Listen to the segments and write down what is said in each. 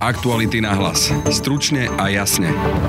Aktuality na hlas. Stručne a jasne.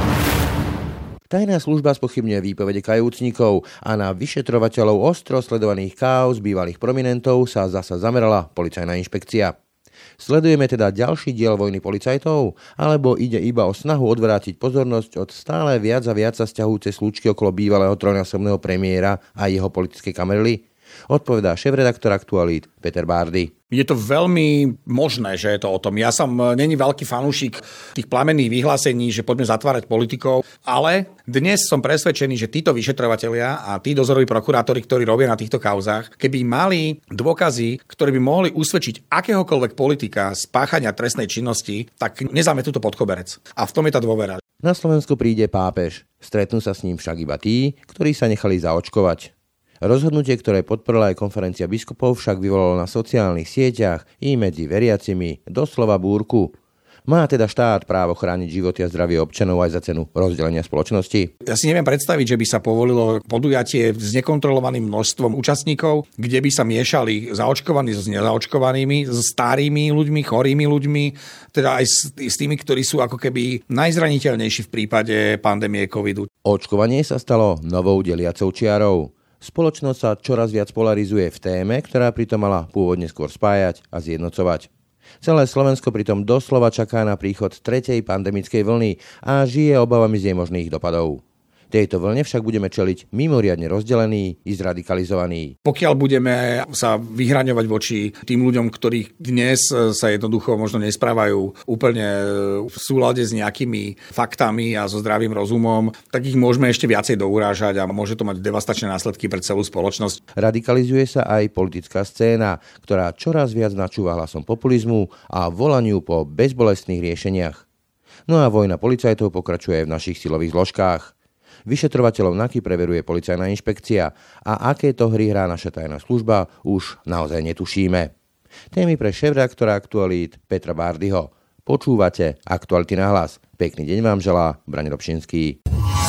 Tajná služba spochybňuje výpovede kajúcnikov a na vyšetrovateľov ostro sledovaných káuz bývalých prominentov sa zasa zamerala policajná inšpekcia. Sledujeme teda ďalší diel vojny policajtov, alebo ide iba o snahu odvrátiť pozornosť od stále viac a viac sa sťahujúcej slučky okolo bývalého trojnásobného premiéra a jeho politickej kamerly? Odpovedá šéfredaktor Aktualít Peter Bárdy. Je to veľmi možné, že je to o tom. Ja som není veľký fanúšik tých plamenných vyhlásení, že poďme zatvárať politikov, ale dnes som presvedčený, že títo vyšetrovatelia a tí dozoroví prokurátori, ktorí robia na týchto kauzách, keby mali dôkazy, ktoré by mohli usvedčiť akéhokoľvek politika z páchania trestnej činnosti, tak nezáme túto pod koberec. A v tom je tá dôvera. Na Slovensko príde pápež. Stretnú sa s ním však iba tí, ktorí sa nechali zaočkovať. Rozhodnutie, ktoré podporila aj konferencia biskupov, však vyvolalo na sociálnych sieťach i medzi veriacimi doslova búrku. Má teda štát právo chrániť životy a zdravie občanov aj za cenu rozdelenia spoločnosti? Ja si neviem predstaviť, že by sa povolilo podujatie s nekontrolovaným množstvom účastníkov, kde by sa miešali zaočkovaní s nezaočkovanými, s starými ľuďmi, chorými ľuďmi, teda aj s tými, ktorí sú ako keby najzraniteľnejší v prípade pandémie covidu. Očkovanie sa stalo novou deliacou čiarou. Spoločnosť sa čoraz viac polarizuje v téme, ktorá pritom mala pôvodne skôr spájať a zjednocovať. Celé Slovensko pritom doslova čaká na príchod tretej pandemickej vlny a žije obavami z jej možných dopadov. Tejto vlne však budeme čeliť mimoriadne rozdelení i zradikalizovaní. Pokiaľ budeme sa vyhraňovať voči tým ľuďom, ktorí dnes sa jednoducho možno nesprávajú úplne v súlade s nejakými faktami a so zdravým rozumom, tak ich môžeme ešte viacej dourážať a môže to mať devastačné následky pre celú spoločnosť. Radikalizuje sa aj politická scéna, ktorá čoraz viac načúva hlasom populizmu a volaniu po bezbolestných riešeniach. No a vojna policajtov pokračuje aj v našich silových zložkách. Vyšetrovateľov NAKY preveruje policajná inšpekcia a aké to hry hrá naša tajná služba, už naozaj netušíme. Témy pre šéfredaktora Aktualít Petra Bárdyho. Počúvate Aktuality na hlas. Pekný deň vám želá Braň Robšinský.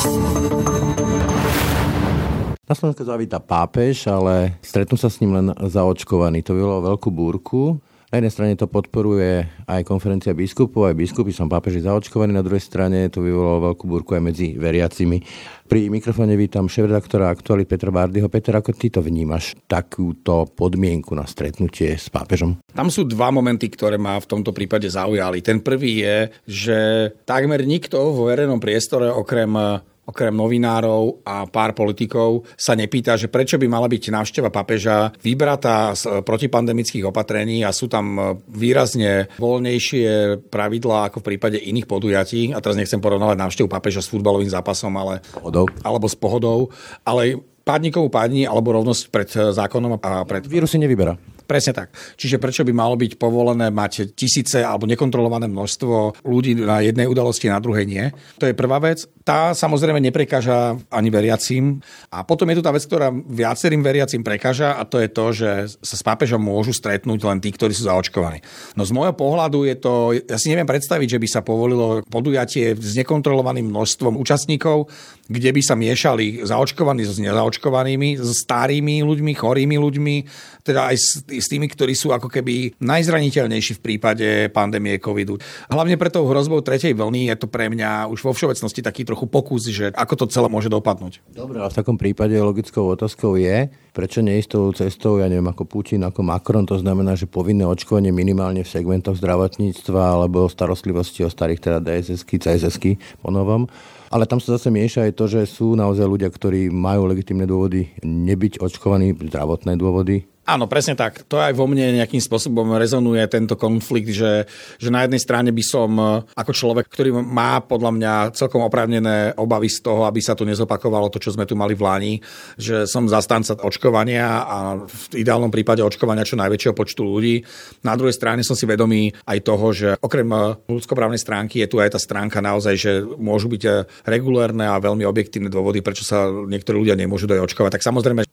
Na Slovensku zavíta pápež, ale stretnú sa s ním len zaočkovaní. To vyvolalo veľkú búrku. Na jednej strane to podporuje aj konferencia biskupov, aj biskupy, som pápeži zaočkovaní, na druhej strane to vyvolalo veľkú búrku aj medzi veriacimi. Pri mikrofóne vítam šéfredaktora Aktualít Petra Bárdyho. Peter, ako ty to vnímaš, takúto podmienku na stretnutie s pápežom? Tam sú dva momenty, ktoré ma v tomto prípade zaujali. Ten prvý je, že takmer nikto vo verejnom priestore okrem novinárov a pár politikov sa nepýta, že prečo by mala byť návšteva pápeža vybratá z protipandemických opatrení a sú tam výrazne voľnejšie pravidlá ako v prípade iných podujatí. A teraz nechcem porovnávať návštevu pápeža s futbalovým zápasom, alebo s pohodou, ale pádnikovú pádni alebo rovnosť pred zákonom a pred... Vírus si nevyberá. Presne tak. Čiže prečo by malo byť povolené mať tisíce alebo nekontrolované množstvo ľudí na jednej udalosti, na druhej nie? To je prvá vec. Tá samozrejme neprekáža ani veriacim. A potom je tu tá vec, ktorá viacerým veriacim prekáža, a to je to, že sa s pápežom môžu stretnúť len tí, ktorí sú zaočkovaní. No z môjho pohľadu je to, ja si neviem predstaviť, že by sa povolilo podujatie s nekontrolovaným množstvom účastníkov, kde by sa miešali zaočkovaní s nezaočkovanými, s starými ľuďmi, chorými ľuďmi, teda aj s tými, ktorí sú ako keby najzraniteľnejší v prípade pandémie covidu. Hlavne pre tou hrozbou tretej vlny je to pre mňa už vo všeobecnosti taký trochu pokus, že ako to celé môže dopadnúť. Dobre, ale v takom prípade logickou otázkou je, prečo neísť tou cestou, ja neviem, ako Putin, ako Macron, to znamená, že povinné očkovanie minimálne v segmentoch zdravotníctva alebo starostlivosti o starých, teda DSS-ky, CSS-ky po novom. Ale tam sa zase mieša aj to, že sú naozaj ľudia, ktorí majú legitímne dôvody nebyť očkovaní, zdravotné dôvody. Áno, presne tak. To aj vo mne nejakým spôsobom rezonuje tento konflikt, že na jednej strane by som ako človek, ktorý má podľa mňa celkom oprávnené obavy z toho, aby sa tu nezopakovalo to, čo sme tu mali v Lani, že som zastanca očkovania a v ideálnom prípade očkovania čo najväčšieho počtu ľudí. Na druhej strane som si vedomý aj toho, že okrem ľudskoprávnej stránky je tu aj tá stránka naozaj, že môžu byť regulérne a veľmi objektívne dôvody, prečo sa niektorí ľudia nemôžu dať očkovať. Tak samozrejme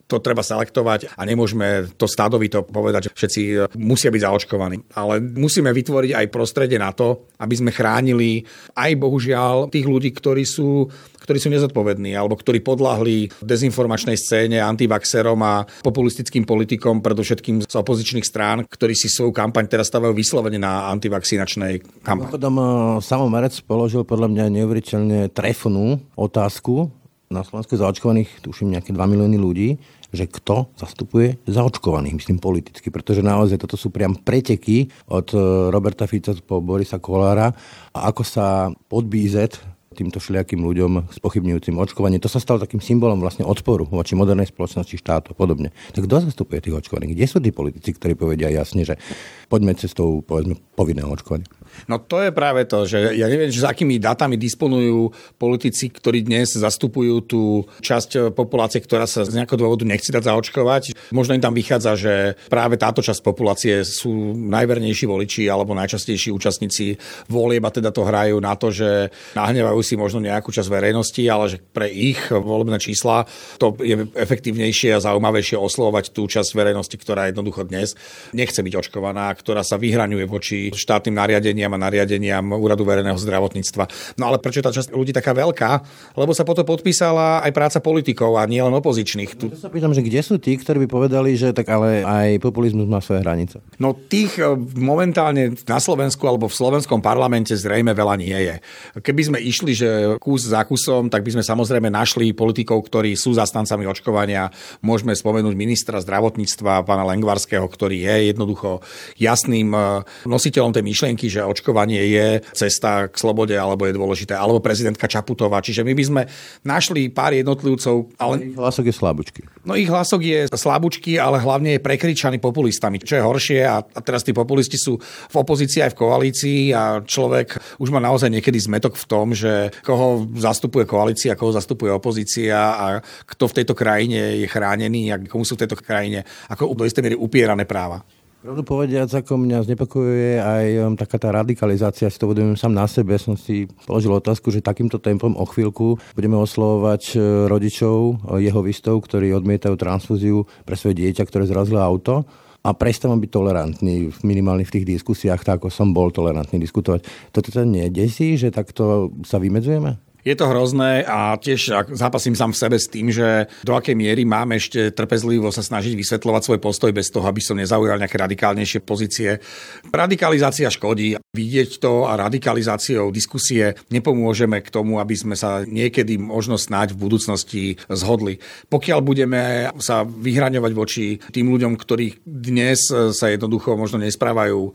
to treba selektovať a nemôžeme to stádovito povedať, že všetci musia byť zaočkovaní. Ale musíme vytvoriť aj prostredie na to, aby sme chránili aj bohužiaľ tých ľudí, ktorí sú nezodpovední alebo ktorí podľahli dezinformačnej scéne, antivaxerom a populistickým politikom, predovšetkým z opozičných strán, ktorí si svoju kampaň teraz stavajú vyslovene na antivakcinačnej kampaň. Potom Samo Marec položil podľa mňa neuveriteľne trefnú otázku. Na Slovensku zaočkovaných, tuším, nejaké 2 milióny ľudí, že kto zastupuje zaočkovaných, myslím politicky, pretože naozaj toto sú priam preteky od Roberta Fica po Borisa Kollára a ako sa podbízet týmto všelijakým ľuďom spochybňujúcim očkovanie. To sa stalo takým symbolom vlastne odporu voči modernej spoločnosti, štátu a podobne. Tak kto zastupuje tých očkovaných? Kde sú tí politici, ktorí povedia jasne, že poďme cestou, povedzme, povinného očkovania? No to je práve to, že ja neviem, že s akými dátami disponujú politici, ktorí dnes zastupujú tú časť populácie, ktorá sa z nejakého dôvodu nechce dať zaočkovať. Možno im tam vychádza, že práve táto časť populácie sú najvernejší voliči alebo najčastejší účastníci volieb a teda to hrajú na to, že nahnevajú si možno nejakú časť verejnosti, ale že pre ich volebné čísla to je efektívnejšie a zaujímavejšie oslovovať tú časť verejnosti, ktorá jednoducho dnes nechce byť očkovaná, ktorá sa vyhraňuje voči štátnym nariadeniam a nariadeniam Úradu verejného zdravotníctva. No ale prečo je tá časť ľudí taká veľká? Lebo sa potom podpísala aj práca politikov a nielen opozičných. Tu sa pýtam, že kde sú tí, ktorí by povedali, že tak ale aj populizmus má svoje hranice? No tých momentálne na Slovensku alebo v slovenskom parlamente zrejme veľa nie je. Keby sme išli, že kus za kusom, tak by sme samozrejme našli politikov, ktorí sú zastancami očkovania. Môžeme spomenúť ministra zdravotníctva, pána Lengvarského, ktorý je jednoducho jasným nositeľom tej myšlienky, že očkovanie je cesta k slobode, alebo je dôležité, alebo prezidentka Čaputová. Čiže my by sme našli pár jednotlivcov, ale ich hlasok je slabúčky. No ich hlasok je slabúčky, ale hlavne je prekričaný populistami, čo je horšie a teraz tí populisti sú v opozícii aj v koalícii a človek už má naozaj niekedy zmätok v tom, že koho zastupuje koalícia, koho zastupuje opozícia a kto v tejto krajine je chránený a komu sú v tejto krajine ako do istej miery upierané práva. Pravdu povediac, ako mňa znepokojuje aj taká tá radikalizácia, si to uvedomujem sám na sebe. Som si položil otázku, že takýmto tempom o chvíľku budeme oslovovať rodičov jehovistov, ktorí odmietajú transfúziu pre svoje dieťa, ktoré zrazilo auto. A prestávam byť tolerantný, minimálne v tých diskusiách, tak ako som bol tolerantný diskutovať. Toto sa nedesí, že takto sa vymedzujeme? Je to hrozné a tiež zápasím sám v sebe s tým, že do akej miery mám ešte trpezlivo sa snažiť vysvetľovať svoj postoj bez toho, aby som nezaujal nejaké radikálnejšie pozície. Radikalizácia škodí. Vidieť to a radikalizáciou diskusie nepomôžeme k tomu, aby sme sa niekedy možno snáď v budúcnosti zhodli. Pokiaľ budeme sa vyhraňovať voči tým ľuďom, ktorí dnes sa jednoducho možno nesprávajú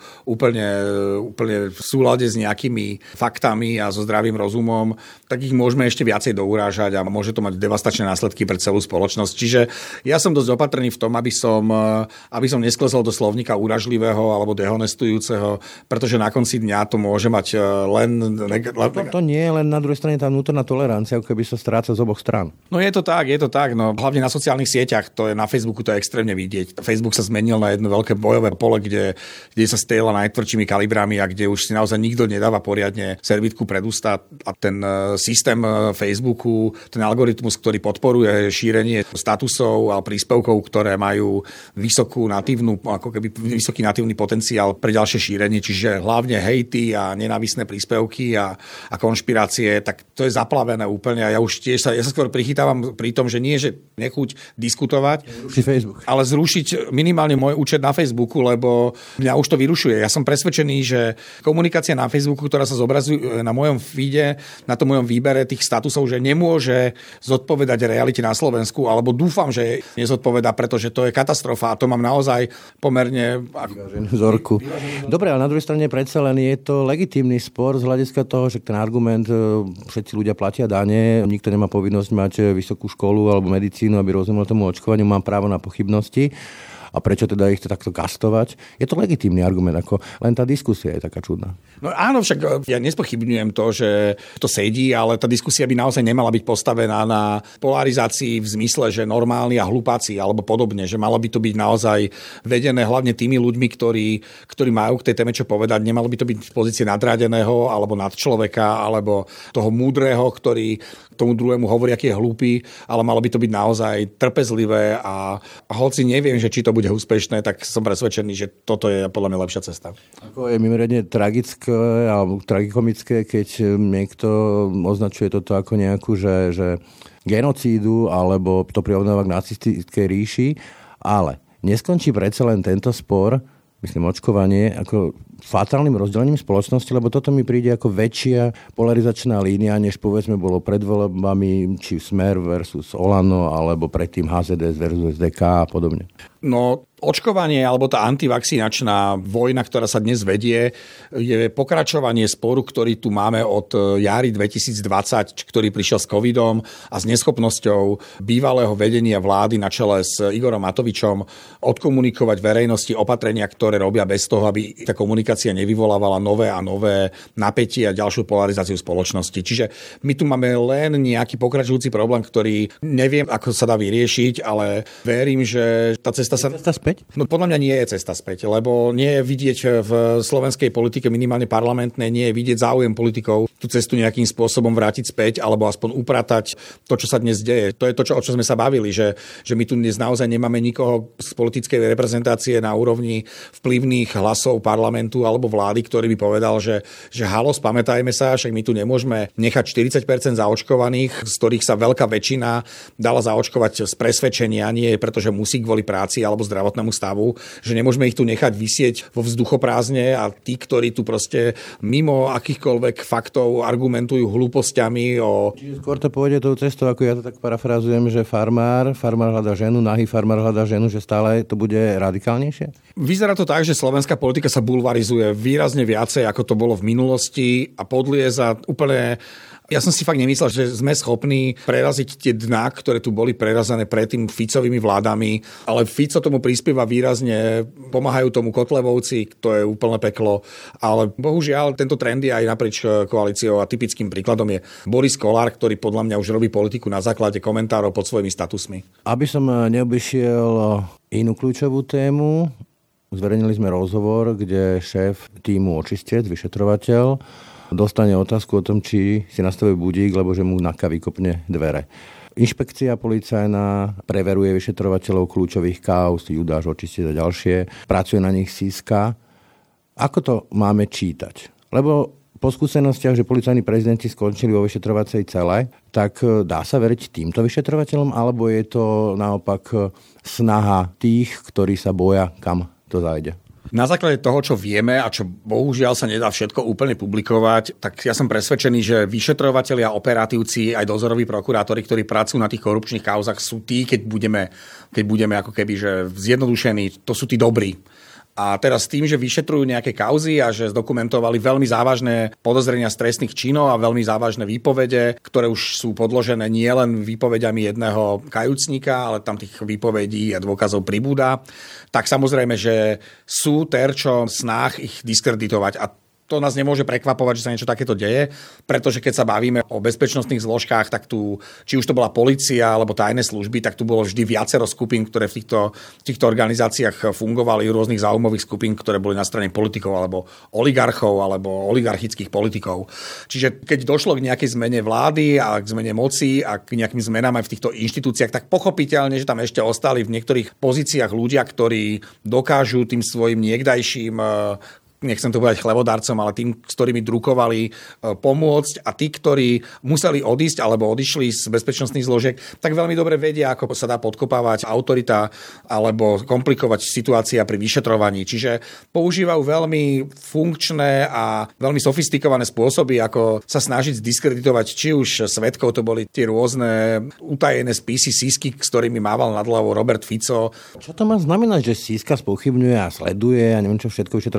úplne v súlade s nejakými faktami a so zdravým rozumom, tak ich môžeme ešte viacej dourážať a môže to mať devastačné následky pre celú spoločnosť. Čiže ja som dosť opatrný v tom, aby som nesklesol do slovníka úražlivého alebo dehonestujúceho, pretože na konci dňa to môže mať len... To nie je len na druhej strane tá vnútorná tolerancia, ako keby sa stráca z oboch strán. No je to tak. No, hlavne na sociálnych sieťach, to je na Facebooku to je extrémne vidieť. Facebook sa zmenil na jedno veľké bojové pole, kde sa strieľa najtvrdšími kalibrami a kde už si naozaj nikto nedáva poriadne servítku pred ústa a ten systém Facebooku, ten algoritmus, ktorý podporuje šírenie statusov a príspevkov, ktoré majú vysoký natívny potenciál pre ďalšie šírenie, čiže hlavne hejty a nenávistné príspevky a konšpirácie, tak to je zaplavené úplne a ja sa skôr prichytávam pri tom, že nie, že nechuť diskutovať, ale zrušiť minimálne môj účet na Facebooku, lebo mňa už to vyrušuje. Ja som presvedčený, že komunikácia na Facebooku, ktorá sa zobrazuje na mojom feede, na tom mojom výbere tých statusov, že nemôže zodpovedať realite na Slovensku, alebo dúfam, že nezodpovedá, pretože to je katastrofa a to mám naozaj pomerne vzorku. Dobre, ale na druhej strane predsa len je to legitímny spor z hľadiska toho, že ten argument, všetci ľudia platia dane, nikto nemá povinnosť mať vysokú školu alebo medicínu, aby rozumel tomu očkovaniu, mám právo na pochybnosti. a prečo teda ich takto kastovať. Je to legitímny argument, ako len tá diskusia je taká čudná. No áno, však ja nespochybňujem to, že to sedí, ale tá diskusia by naozaj nemala byť postavená na polarizácii v zmysle, že normálni a hlupáci alebo podobne, že malo by to byť naozaj vedené hlavne tými ľuďmi, ktorí majú k tej téme čo povedať. Nemalo by to byť z pozície nadrádeného alebo nadčloveka alebo toho múdreho, ktorý tomu druhému hovorí, aký je hlúpy, ale malo by to byť naozaj trpezlivé a hoci neviem, že či to bude úspešné, tak som presvedčený, že toto je podľa mňa lepšia cesta. Ako je mimoriadne tragické alebo tragikomické, keď niekto označuje toto ako nejakú, že genocídu alebo to prirovnáva k nacistickej ríši, ale neskončí predsa len tento spor, myslím očkovanie, ako fatálnym rozdelením spoločnosti, lebo toto mi príde ako väčšia polarizačná línia, než povedzme bolo pred voľbami, či Smer versus Olano, alebo predtým HZDS versus SDK a podobne. No, očkovanie alebo tá antivakcinačná vojna, ktorá sa dnes vedie, je pokračovanie sporu, ktorý tu máme od jary 2020, ktorý prišiel s covidom a s neschopnosťou bývalého vedenia vlády na čele s Igorom Matovičom odkomunikovať verejnosti opatrenia, ktoré robia bez toho, aby tá komunikácia nevyvolávala nové a nové napätie a ďalšiu polarizáciu spoločnosti. Čiže my tu máme len nejaký pokračujúci problém, ktorý neviem, ako sa dá vyriešiť, ale verím, že tá cesta späť? No podľa mňa nie je cesta späť, lebo nie je vidieť v slovenskej politike, minimálne parlamentnej, nie je vidieť záujem politikov tú cestu nejakým spôsobom vrátiť späť alebo aspoň upratať to, čo sa dnes deje. To je to, o čo sme sa bavili, že my tu dnes naozaj nemáme nikoho z politickej reprezentácie na úrovni vplyvných hlasov parlamentu alebo vlády, ktorý by povedal, že halo, spamätajme sa, však my tu nemôžeme nechať 40% zaočkovaných, z ktorých sa veľká väčšina dala zaočkovať z presvedčenia, nie pretože musí kvôli práci alebo zdravotnému stavu, že nemôžeme ich tu nechať visieť vo vzduchoprázdne a tí, ktorí tu proste mimo akýchkoľvek faktov argumentujú hlúpostiami o... Čiže skôr to pôjde tou cestou, ako ja to tak parafrazujem, že farmár hľadá ženu, nahý farmár hľadá ženu, že stále to bude radikálnejšie? Vyzerá to tak, že slovenská politika sa bulvarizuje výrazne viacej, ako to bolo v minulosti a podlieza úplne... Ja som si fakt nemyslel, že sme schopní preraziť tie dná, ktoré tu boli prerazené predtým Ficovými vládami, ale Fico tomu prispieva výrazne, pomáhajú tomu Kotlebovci, to je úplne peklo, ale bohužiaľ tento trend je aj naprieč koalíciou a typickým príkladom je Boris Kollár, ktorý podľa mňa už robí politiku na základe komentárov pod svojimi statusmi. Aby som neobyšiel inú kľúčovú tému, zverejnili sme rozhovor, kde šéf tímu Očistec, vyšetrovateľ, dostane otázku o tom, či si nastavuje budík, lebo že mu NAKA vykopne dvere. Inšpekcia policajná preveruje vyšetrovateľov kľúčových kauz, Judáš, Očistec a ďalšie. Pracuje na nich SIS-ka. Ako to máme čítať? Lebo po skúsenostiach, že policajní prezidenti skončili vo vyšetrovacej cele, tak dá sa veriť týmto vyšetrovateľom, alebo je to naopak snaha tých, ktorí sa boja, kam to zajde? Na základe toho, čo vieme a čo bohužiaľ sa nedá všetko úplne publikovať, tak ja som presvedčený, že vyšetrovatelia, operatívci, aj dozoroví prokurátori, ktorí pracujú na tých korupčných kauzach, sú tí, keď budeme ako keby že zjednodušení, to sú tí dobrí. A teraz tým, že vyšetrujú nejaké kauzy a že zdokumentovali veľmi závažné podozrenia z trestných činov a veľmi závažné výpovede, ktoré už sú podložené nielen výpovediami jedného kajúcnika, ale tam tých výpovedí a dôkazov pribúda, tak samozrejme, že sú terčom snách ich diskreditovať. A to nás nemôže prekvapovať, že sa niečo takéto deje, pretože keď sa bavíme o bezpečnostných zložkách, tak tu, či už to bola polícia alebo tajné služby, tak tu bolo vždy viacero skupín, ktoré v týchto organizáciách fungovali, rôznych záujmových skupín, ktoré boli na strane politikov alebo oligarchov alebo oligarchických politikov. Čiže keď došlo k nejakej zmene vlády a k zmene moci a k nejakým zmenám aj v týchto inštitúciách, tak pochopiteľne, že tam ešte ostali v niektorých pozíciách ľudia, ktorí dokážu tým svojim niekdajším nechcem to povedať chlebodarcom, ale tým, s ktorými drukovali, pomôcť a tí, ktorí museli odísť alebo odišli z bezpečnostných zložiek, tak veľmi dobre vedia, ako sa dá podkopávať autorita alebo komplikovať situácia pri vyšetrovaní. Čiže používajú veľmi funkčné a veľmi sofistikované spôsoby, ako sa snažiť zdiskreditovať či už svedkov, to boli tie rôzne utajené spisy SIS-ky, s ktorými mával nad hlavou Robert Fico. Čo to má znamenať, že SIS-ka spochybňuje a sleduje a neviem čo všetko vyšetrovateľov? To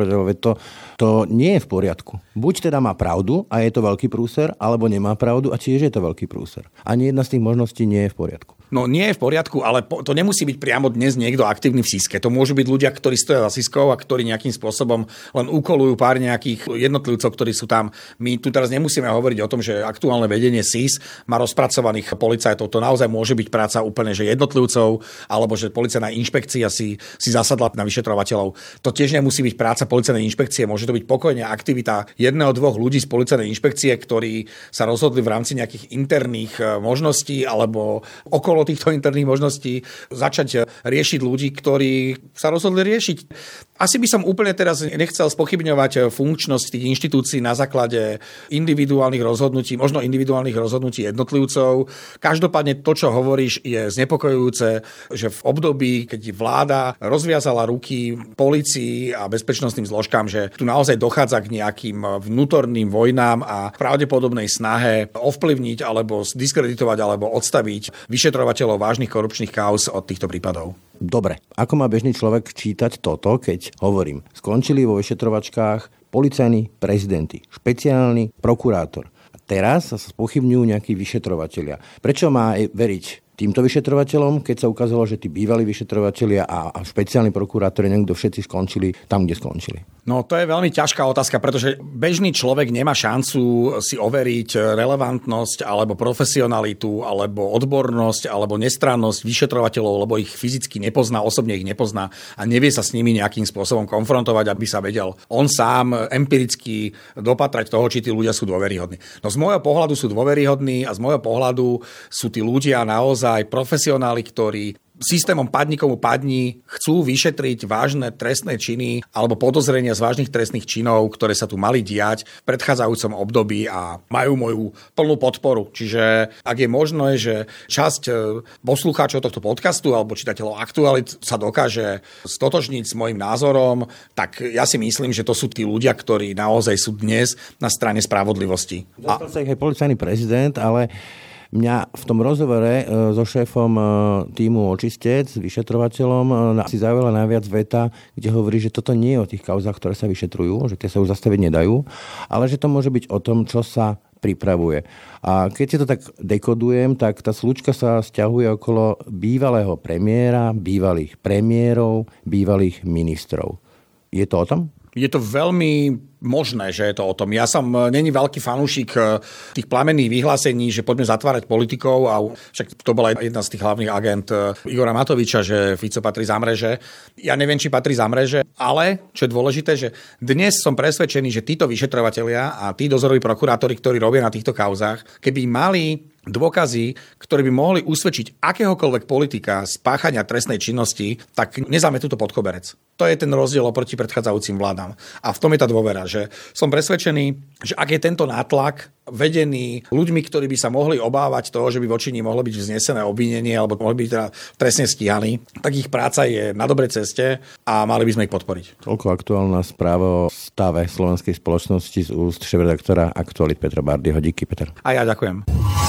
to nie je v poriadku. Buď teda má pravdu a je to veľký prúser, alebo nemá pravdu a tiež je to veľký prúser. Ani jedna z tých možností nie je v poriadku. No nie je v poriadku, ale to nemusí byť priamo dnes niekto aktívny v Siske. To môžu byť ľudia, ktorí stoja za Siskou a ktorí nejakým spôsobom len ukolujú pár nejakých jednotlivcov, ktorí sú tam. My tu teraz nemusíme hovoriť o tom, že aktuálne vedenie SIS má rozpracovaných policajtov. To naozaj môže byť práca úplne že jednotlivcov, alebo že policajná inšpekcia si zasadla na vyšetrovateľov. To tiež nemusí byť práca policajnej inšpekcie, môže to byť pokojne aktivita jedného, dvoch ľudí z policajnej inšpekcie, ktorí sa rozhodli v rámci nejakých interných možností alebo okolo týchto interných možností začať riešiť ľudí, ktorí sa rozhodli riešiť. Asi by som úplne teraz nechcel spochybňovať funkčnosť tých inštitúcií na základe individuálnych rozhodnutí, možno individuálnych rozhodnutí jednotlivcov. Každopádne to, čo hovoríš, je znepokojujúce, že v období, keď vláda rozviazala ruky polícii a bezpečnostným zložkám, že tu naozaj dochádza k nejakým vnútorným vojnám a pravdepodobnej snahe ovplyvniť alebo diskreditovať alebo odstaviť vyšetrovateľov vážnych korupčných kauz od týchto prípadov. Dobre, ako má bežný človek čítať toto, keď hovorím, skončili vo vyšetrovačkách policajní prezidenti, špeciálny prokurátor. A teraz sa spochybňujú nejakí vyšetrovatelia. Prečo má veriť týmto vyšetrovateľom, keď sa ukázalo, že tí bývalí vyšetrovatelia a špeciálni prokurátori niekto všetci skončili tam, kde skončili? No to je veľmi ťažká otázka, pretože bežný človek nemá šancu si overiť relevantnosť alebo profesionalitu alebo odbornosť alebo nestrannosť vyšetrovateľov, lebo ich fyzicky nepozná, osobne ich nepozná a nevie sa s nimi nejakým spôsobom konfrontovať, aby sa vedel on sám empiricky dopatrať toho, či tí ľudia sú dôveryhodní. No z môjho pohľadu sú dôveryhodní a z môjho pohľadu sú tí ľudia naozaj profesionáli, ktorí systémom padni komu padni chcú vyšetriť vážne trestné činy alebo podozrenia z vážnych trestných činov, ktoré sa tu mali diať v predchádzajúcom období a majú moju plnú podporu. Čiže ak je možné, že časť poslucháčov tohto podcastu alebo čitateľov Aktualit sa dokáže stotožniť s môjim názorom, tak ja si myslím, že to sú tí ľudia, ktorí naozaj sú dnes na strane spravodlivosti. Dostal sa ich aj policajný prezident, ale mňa v tom rozhovore so šéfom tímu Očistec, vyšetrovateľom, si zaujala najviac veta, kde hovorí, že toto nie je o tých kauzách, ktoré sa vyšetrujú, že tie sa už zastaviť nedajú, ale že to môže byť o tom, čo sa pripravuje. A keď si to tak dekodujem, tak tá slučka sa sťahuje okolo bývalého premiéra, bývalých premiérov, bývalých ministrov. Je to o tom? Je to veľmi možné, že je to o tom. Ja som není veľký fanúšik tých plamenných vyhlásení, že poďme zatvárať politikov, a však to bola jedna z tých hlavných agent Igora Matoviča, že Fico patrí za mreže. Ja neviem, či patrí za mreže, ale čo je dôležité, že dnes som presvedčený, že títo vyšetrovatelia a tí dozoroví prokurátori, ktorí robia na týchto kauzách, keby mali dôkazy, ktoré by mohli usvedčiť akéhokoľvek politika z páchania trestnej činnosti, tak nezametú to pod koberec. To je ten rozdiel oproti predchádzajúcim vládam. A v tom je tá dôvera, že som presvedčený, že ak je tento nátlak vedený ľuďmi, ktorí by sa mohli obávať toho, že by voči nim mohlo byť vznesené obvinenie alebo mohli byť teda trestne stíhaní, tak ich práca je na dobrej ceste a mali by sme ich podporiť. Toľko aktuálna správa o stave slovenskej spoločnosti z úst šéfredaktora Aktualit Petra Bardyho. Díky, Peter. A ja ďakujem.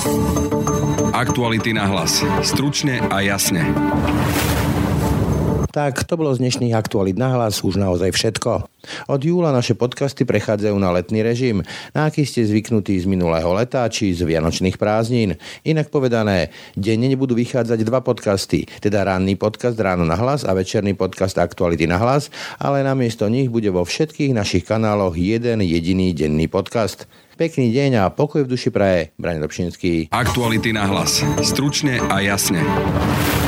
Aktuality na hlas. Stručne a jasne. Tak, to bolo z dnešných Aktualít na hlas už naozaj všetko. Od júla naše podcasty prechádzajú na letný režim, na aký ste zvyknutí z minulého leta či z vianočných prázdnin. Inak povedané, denne nebudú vychádzať dva podcasty, teda ranný podcast Ráno na hlas a večerný podcast Aktuality na hlas, ale namiesto nich bude vo všetkých našich kanáloch jeden jediný denný podcast. Pekný deň a pokoj v duši praje Braňo Dobšinský. Aktuality na hlas. Stručne a jasne.